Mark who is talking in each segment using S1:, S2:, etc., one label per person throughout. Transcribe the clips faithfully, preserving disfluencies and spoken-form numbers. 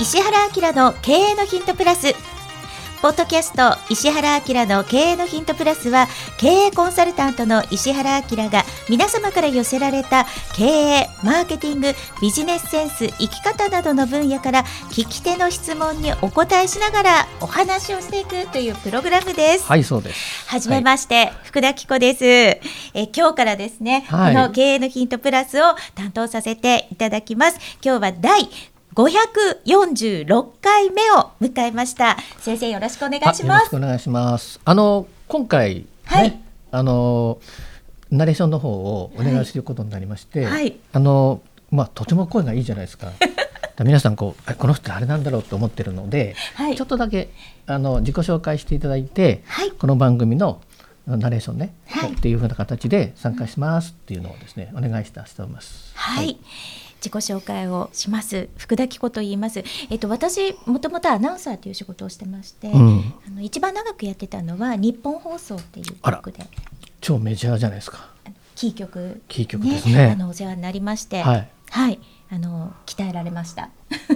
S1: 石原明の経営のヒントプラス。ポッドキャスト石原明の経営のヒントプラスは、経営コンサルタントの石原明が皆様から寄せられた経営、マーケティング、ビジネスセンス、生き方などの分野から聞き手の質問にお答えしながらお話をしていくというプログラムです。
S2: はい、そうです。
S1: はじめまして、はい、福田紀子です。え今日からですね、はい、この経営のヒントプラスを担当させていただきます。今日は第ごひゃくよんじゅうろっかいめを迎えました。先生、よろしくお願いします。よろ
S2: しくお願いします。あの今回、ね、はい、あのナレーションの方をお願いすることになりまして、はい、あのまあ、とても声がいいじゃないですか。皆さんこうこの人あれなんだろうと思ってるので、はい、ちょっとだけあの自己紹介していただいて、はい、この番組のナレーションね、はい、っていう風な形で参加しますっていうのをですね、お願いしたしております。
S1: はい、はい、自己紹介をします。福田紀子と言います。えっと、私もともとアナウンサーという仕事をしてまして、うん、あの一番長くやってたのは日本放送っていう局で、
S2: 超メジャーじゃないですか。
S1: キー局、
S2: キー局ですね。
S1: あのお世話になりまして、
S2: はい、
S1: はい、あの鍛えられました。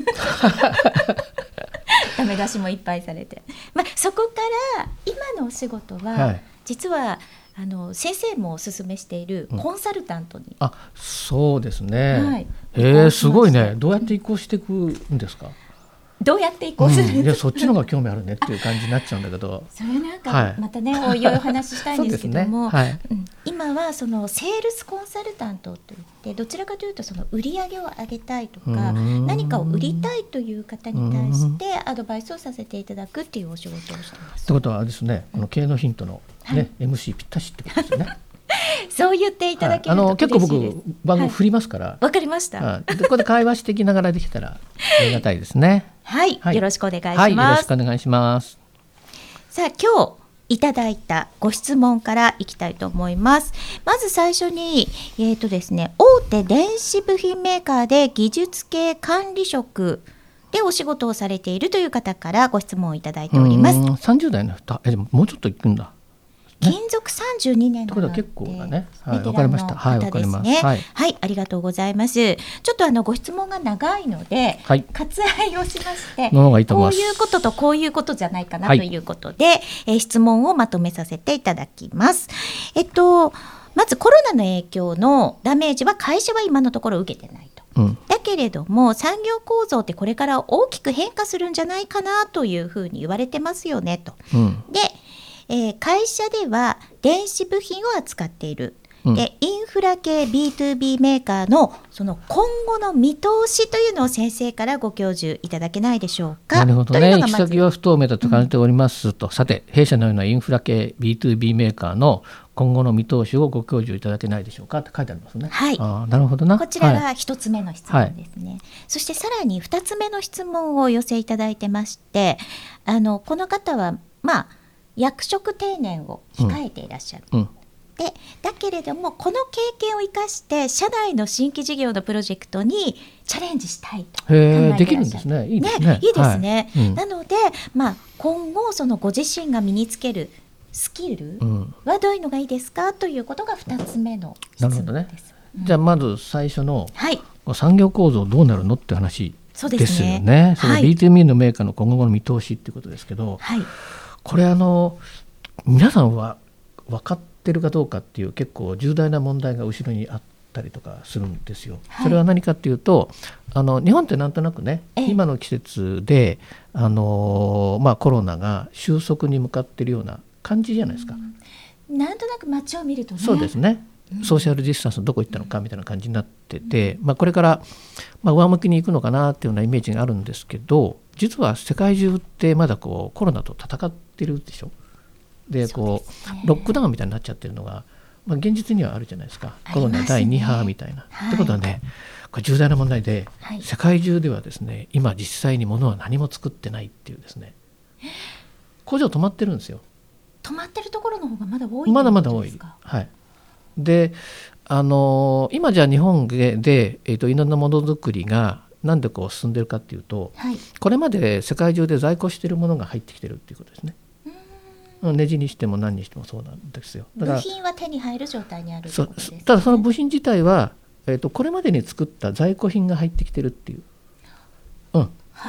S1: ダメ出しもいっぱいされて、まあ、そこから今のお仕事は、はい、実はあの先生もおすすめしているコンサルタントに、うん、
S2: あ、そうですね、はい、えー、すごいね。どうやって移行していくんですか？
S1: どうやって移行する、うん、
S2: いやそっちの方が興味あるねっていう感じになっちゃうんだけど、
S1: それなんかまたね、はい、おいおいお話ししたいんですけども、ね、はい、うん、今はそのセールスコンサルタントといってどちらかというとその売り上げを上げたいとか何かを売りたいという方に対してアドバイスをさせていただくっていうお仕事をしています。
S2: ということはですね、この経営のヒントの、ね、はい、エムシー ぴったしってことですよね。
S1: そう言っていただけると嬉しいです。
S2: はい、あの結構僕番組振りますから、わ、
S1: はい、かりました。
S2: はい、ここで会話してきながらできたらありがたいですね。
S1: はい、はい、よろしくお願いします。
S2: はい、よろしくお願いします。
S1: さあ、今日いただいたご質問からいきたいと思います。まず最初に、えーとですね、大手電子部品メーカーで技術系管理職でお仕事をされているという方からご質問をいただいております。
S2: さんじゅう代の人、えでももうちょっといくんだ。
S1: 勤続さんじゅうにねんなので、
S2: 結構だね。はい、
S1: ベテランの方ですね。
S2: はい、
S1: はい、ありがとうございます。ちょっとあのご質問が長いので、はい、割愛をしまして、
S2: の方がいいと思います。
S1: こういうこととこういうことじゃないかなということで、はい、えー、質問をまとめさせていただきます。えっとまずコロナの影響のダメージは会社は今のところ受けてないと。うん、だけれども産業構造ってこれから大きく変化するんじゃないかなというふうに言われてますよねと。うん、でえー、会社では電子部品を扱っている、うん、でインフラ系 ビーツービー メーカーのその今後の見通しというのを先生からご教授いただけないでしょうか。
S2: なるほどね。行き先は不透明だと感じておりますと、うん、さて弊社のようなインフラ系 ビーツービー メーカーの今後の見通しをご教授いただけないでしょうかって書いてありますね。
S1: はい、
S2: あ、なるほどな。
S1: こちらが一つ目の質問ですね。はい、そしてさらに二つ目の質問をお寄せいただいてまして、あのこの方はまあ役職定年を控えていらっしゃる、うんうん、でだけれどもこの経験を生かして社内の新規事業のプロジェクトにチャレンジしたいと考えていらっしゃる。
S2: できるんですね。いいですね。
S1: ね、いいですね。はい、うん、なので、まあ、今後そのご自身が身につけるスキルはどういうのがいいですかということがふたつめの質問です。なるほどね。うん、じゃあまず最初の、はい、
S2: 産業構造どうなるのって話ですよね。それ ビーツービー のメーカーの今後の見通しっていうことですけど、はい、これあの皆さんは分かってるかどうかっていう結構重大な問題が後ろにあったりとかするんですよ。はい、それは何かっていうと、あの日本ってなんとなくね、今の季節であの、まあ、コロナが収束に向かっているような感じじゃないですか。
S1: うん、なんとなく街を見るとね。
S2: そうですね。ソーシャルディスタンスどこ行ったのかみたいな感じになってて、うん、まあ、これから、まあ、上向きに行くのかなっていうようなイメージがあるんですけど、実は世界中ってまだこうコロナと戦ってるでしょ。でこう、ね、ロックダウンみたいになっちゃってるのが、まあ、現実にはあるじゃないですか。コロナだいに波みたいな。と、はい、いうことはね、これ重大な問題で、はい、世界中ではですね、今実際に物は何も作ってないっていうですね、工場止まってるんですよ。
S1: 止まってるところの方がまだ多い。
S2: まだまだ多い。はい。で、あのー、今じゃあ日本で、でえーと、いろんなものづくりがなんでこう進んでるかっていうと、はい、これまで世界中で在庫しているものが入ってきてるっていうことですね。ネジにしても何にしてもそうなんですよ。
S1: だから部品は手に入る状態にあるということですね。
S2: ただその部品自体は、えーと、これまでに作った在庫品が入ってきてるっていう、うん、
S1: はい、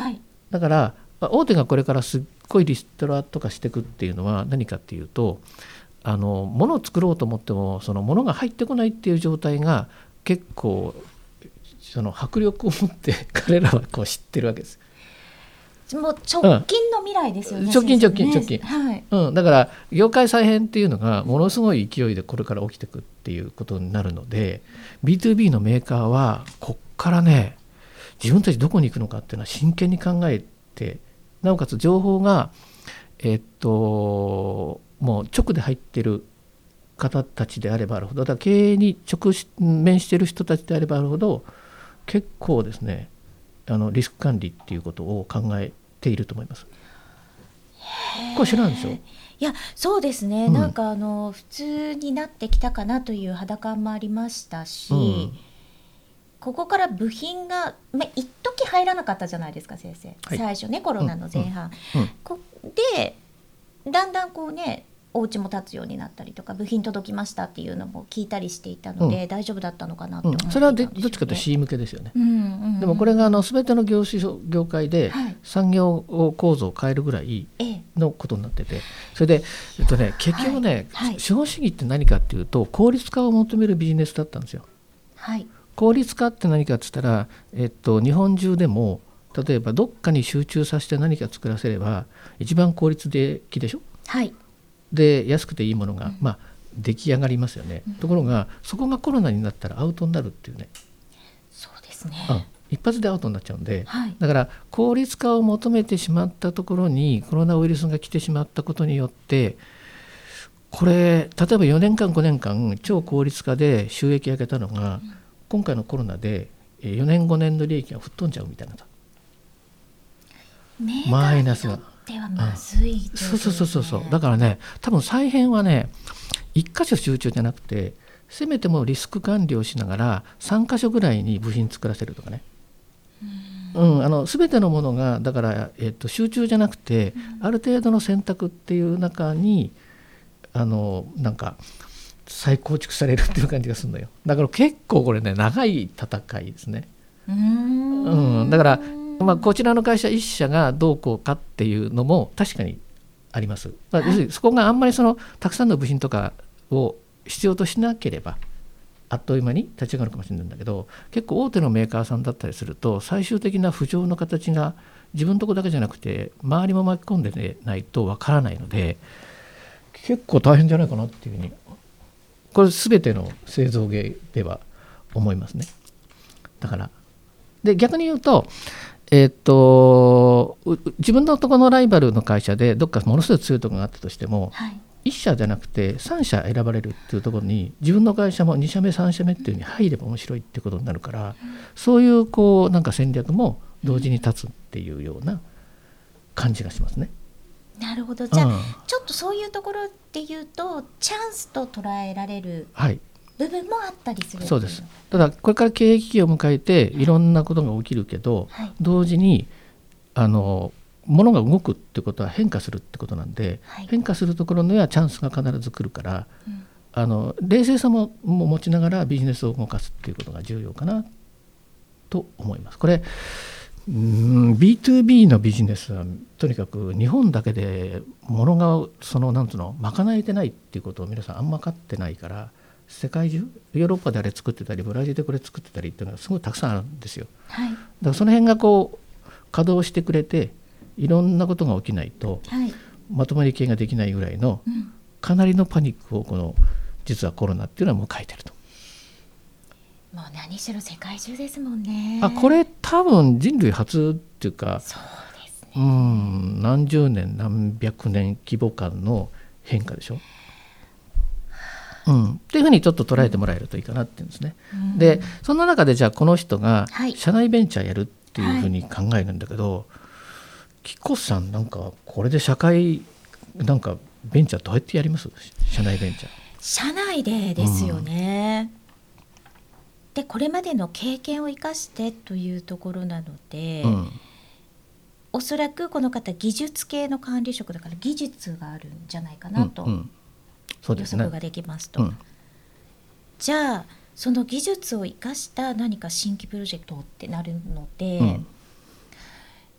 S2: だから大手がこれからすっごいリストラとかしていくっていうのは何かっていうと、あの物を作ろうと思ってもその物が入ってこないっていう状態が結構その迫力を持って彼らはこう知ってるわけです。
S1: もう直近の未来ですよね、
S2: うん、直近直近直近、
S1: はい
S2: うん、だから業界再編っていうのがものすごい勢いでこれから起きていくっていうことになるので、 ビーツービー のメーカーはこっからね自分たちどこに行くのかっていうのは真剣に考えて、なおかつ情報がえっともう直で入ってる方たちであればあるほど、だから経営に直面している人たちであればあるほど結構ですね、あのリスク管理っていうことを考えていると思います。これ知らんでしょ。
S1: いやそうですね、うん、なんかあの普通になってきたかなという肌感もありましたし、うん、ここから部品が、まあ、一時入らなかったじゃないですか先生、はい、最初ねコロナの前半、うんうん、こでだんだんこうねお家も建つようになったりとか部品届きましたっていうのも聞いたりしていたので、うん、大丈夫だったのかなって思っていたんですよね、うん、
S2: それはどっちかというと シー 向けですよね、
S1: うんうんうん、
S2: でもこれがあの全ての業種業界で産業構造を変えるぐらいのことになってて、それで、えっとね、結局ね、はいはい、資本主義って何かっていうと効率化を求めるビジネスだったんですよ、はい、効率化って何かって言ったら、えっと、日本中でも例えばどっかに集中させて何か作らせれば一番効率的でしょ、はい、で安くていいものが、うんまあ、出来上がりますよね、うん、ところがそこがコロナになったらアウトになるっていうね。
S1: そうですね、
S2: うん、一発でアウトになっちゃうんで、
S1: はい、
S2: だから効率化を求めてしまったところにコロナウイルスが来てしまったことによってこれ例えばよねんかんごねんかん超効率化で収益上げたのが、うん、今回のコロナでよねんごねんの利益が吹っ飛んじゃうみたいなマイナスが
S1: ではまずい、
S2: うん、そうそうそうそうだからね多分再編はね一箇所集中じゃなくてせめてもリスク管理をしながらさん箇所ぐらいに部品作らせるとかね、うん、うん、あの全てのものがだから、えっと、集中じゃなくて、うん、ある程度の選択っていう中にあのなんか再構築されるっていう感じがするのよ。だから結構これね長い戦いですね。うーん、うん、だからまあ、こちらの会社一社がどうこうかっていうのも確かにあります、まあ、要するにそこがあんまりそのたくさんの部品とかを必要としなければあっという間に立ち上がるかもしれないんだけど、結構大手のメーカーさんだったりすると最終的な浮上の形が自分のところだけじゃなくて周りも巻き込んでないとわからないので結構大変じゃないかなっていうふうにこれ全ての製造業では思いますね。だからで逆に言うとえー、と自分のところのライバルの会社でどっかものすごい強いところがあったとしても、はい、いっ社じゃなくてさん社選ばれるっていうところに自分の会社もに社目さん社目っていう風に入れば面白いってことになるから、うん、そういうこうなんか戦略も同時に立つっていうような感じがしますね。
S1: なるほど。じゃあ、うん、ちょっとそういうところで言うとチャンスと捉えられる、はい部分もあったりする。
S2: そうです。ただこれから経営危機を迎えていろんなことが起きるけど、はい、同時にあの物が動くってことは変化するってことなんで、はい、変化するところにはチャンスが必ず来るから、うん、あの冷静さも持ちながらビジネスを動かすっていうことが重要かなと思います。これうん ビーツービー のビジネスはとにかく日本だけで物がそのなんつうの賄えてないっていうことを皆さんあんま分かってないから、世界中ヨーロッパであれ作ってたりブラジルでこれ作ってたりっていうのはすごいたくさんあるんですよ、はい、だからその辺がこう稼働してくれていろんなことが起きないと、はい、まとまり系ができないぐらいの、うん、かなりのパニックをこの実はコロナっていうのは迎えてると。
S1: もう何しろ世界中ですもんね。
S2: あこれ多分人類初っていうか
S1: そうですね、
S2: うん何十年何百年規模感の変化でしょ。うん、っていうふうにちょっと捉えてもらえるといいかなっていうんですね、うん、でそんな中でじゃあこの人が社内ベンチャーやるっていうふうに考えるんだけど、はい、キコさんなんかこれで社会なんかベンチャーどうやってやります？社内ベンチャー
S1: 社内でですよね、うん、でこれまでの経験を生かしてというところなので、うん、おそらくこの方技術系の管理職だから技術があるんじゃないかなと、うんうん予測ができますと、うん、じゃあその技術を生かした何か新規プロジェクトってなるので、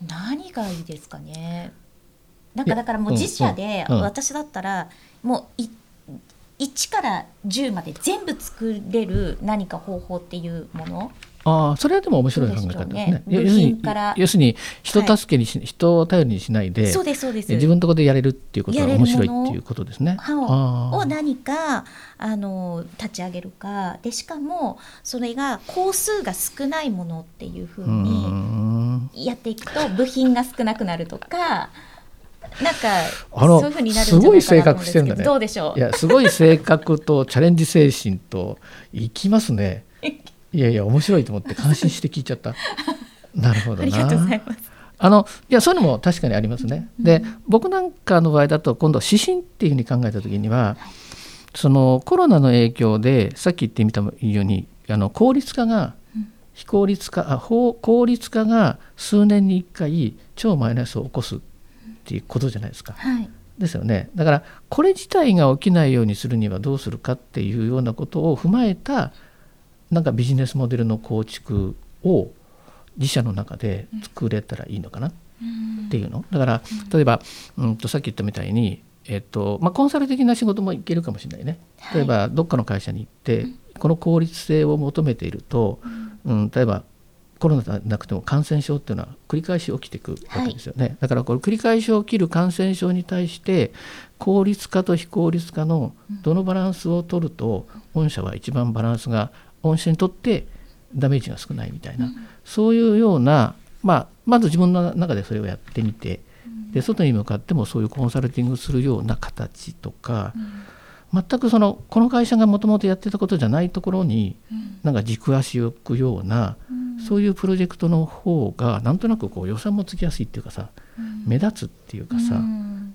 S1: 何がいいですかね。なんかだからもう自社で、うんうん、私だったらもういちからじゅうまで全部作れる何か方法っていうもの。
S2: ああ、それはでも面白い考え方ですね。要するに、要するに人助けにし、はい、人を頼りにしないで、
S1: そうですそうです、
S2: 自分のところでやれるっていうことは面白いっていうことですね。
S1: を, を何かあの立ち上げるかで、しかもそれが工数が少ないものっていうふうにやっていくと部品が少なくなるとか。なんかそういう風になるんじゃないかなと思うんですけど、すごい性格してるんだね。どうでしょう。
S2: いや、すごい性格とチャレンジ精神といきますね。いやいや面白いと思って感心して聞いちゃったなるほどな。
S1: ありがとうございます。
S2: あのいやそういうのも確かにありますね。で、僕なんかの場合だと今度指針っていうふうに考えた時には、そのコロナの影響でさっき言ってみたようにあの効率化が非効率化あ効率化が数年にいっかい超マイナスを起こすっていうことじゃないですか、
S1: はい、です
S2: よね。だからこれ自体が起きないようにするにはどうするかっていうようなことを踏まえたなんかビジネスモデルの構築を自社の中で作れたらいいのかなっていうの。だから例えば、うんとさっき言ったみたいに、えっとまあ、コンサル的な仕事もいけるかもしれないね。例えばどっかの会社に行ってこの効率性を求めていると、うん、例えばコロナじゃなくても感染症っていうのは繰り返し起きていくわけですよね、はい、だからこれ繰り返し起きる感染症に対して効率化と非効率化のどのバランスを取ると御社は一番バランスが御社にとってダメージが少ないみたいな、うん、そういうような、まあ、まず自分の中でそれをやってみて、で外に向かってもそういうコンサルティングするような形とか、うん、全くそのこの会社がもともとやってたことじゃないところに、うん、なんか軸足を置くような、うん、そういうプロジェクトの方がなんとなくこう予算もつきやすいっていうかさ、うん、目立つっていうかさ、うん、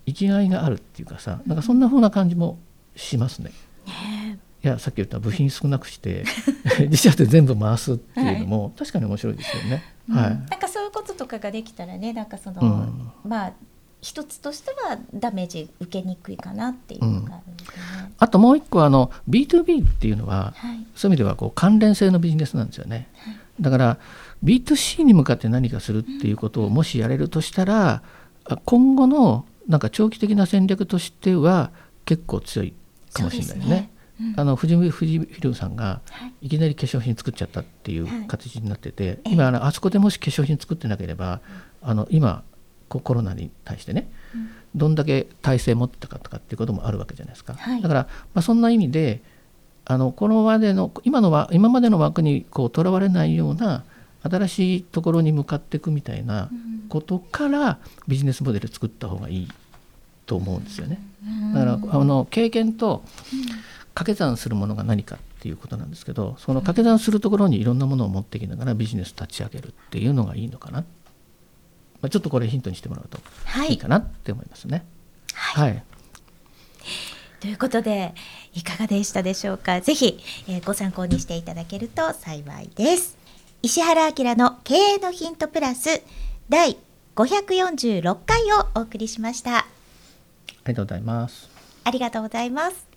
S2: 生きがいがあるっていうかさ、なんかそんな風な感じもしますね。
S1: ね、
S2: いやさっき言った部品少なくして自社で全部回すっていうのも、はい、確かに面白いですよね、
S1: うん、
S2: はい、
S1: なんかそういうこととかができたらね、なんかその、うん、まあ一つとしてはダメージ受けにくいかなっていうのがあるんですよね、うん、
S2: あともう一個あの ビーツービー っていうのは、はい、そういう意味ではこう関連性のビジネスなんですよね、はい、だから ビーツーシー に向かって何かするっていうことをもしやれるとしたら、うん、今後のなんか長期的な戦略としては結構強いかもしれないですね。あの富士フィルムさんがいきなり化粧品作っちゃったっていう形になってて、はい、今あのあそこでもし化粧品作ってなければ、うん、あの今コロナに対してね、うん、どんだけ体制持ってたかとかっていうこともあるわけじゃないですか、はい、だから、まあ、そんな意味であのこのまでの今のは今までの枠にこうとらわれないような新しいところに向かっていくみたいなことからビジネスモデル作った方がいいと思うんですよね。だからあの経験と掛け算するものが何かっていうことなんですけど、その掛け算するところにいろんなものを持ってきながらビジネス立ち上げるっていうのがいいのかな、まあ、ちょっとこれヒントにしてもらうといいかなって思いますね。はい、はい、
S1: ということでいかがでしたでしょうか。ぜひ、えー、ご参考にしていただけると幸いです。石原明の経営のヒントプラスだいごひゃくよんじゅうろっかいをお送りしました。
S2: ありがとうございます。
S1: ありがとうございます。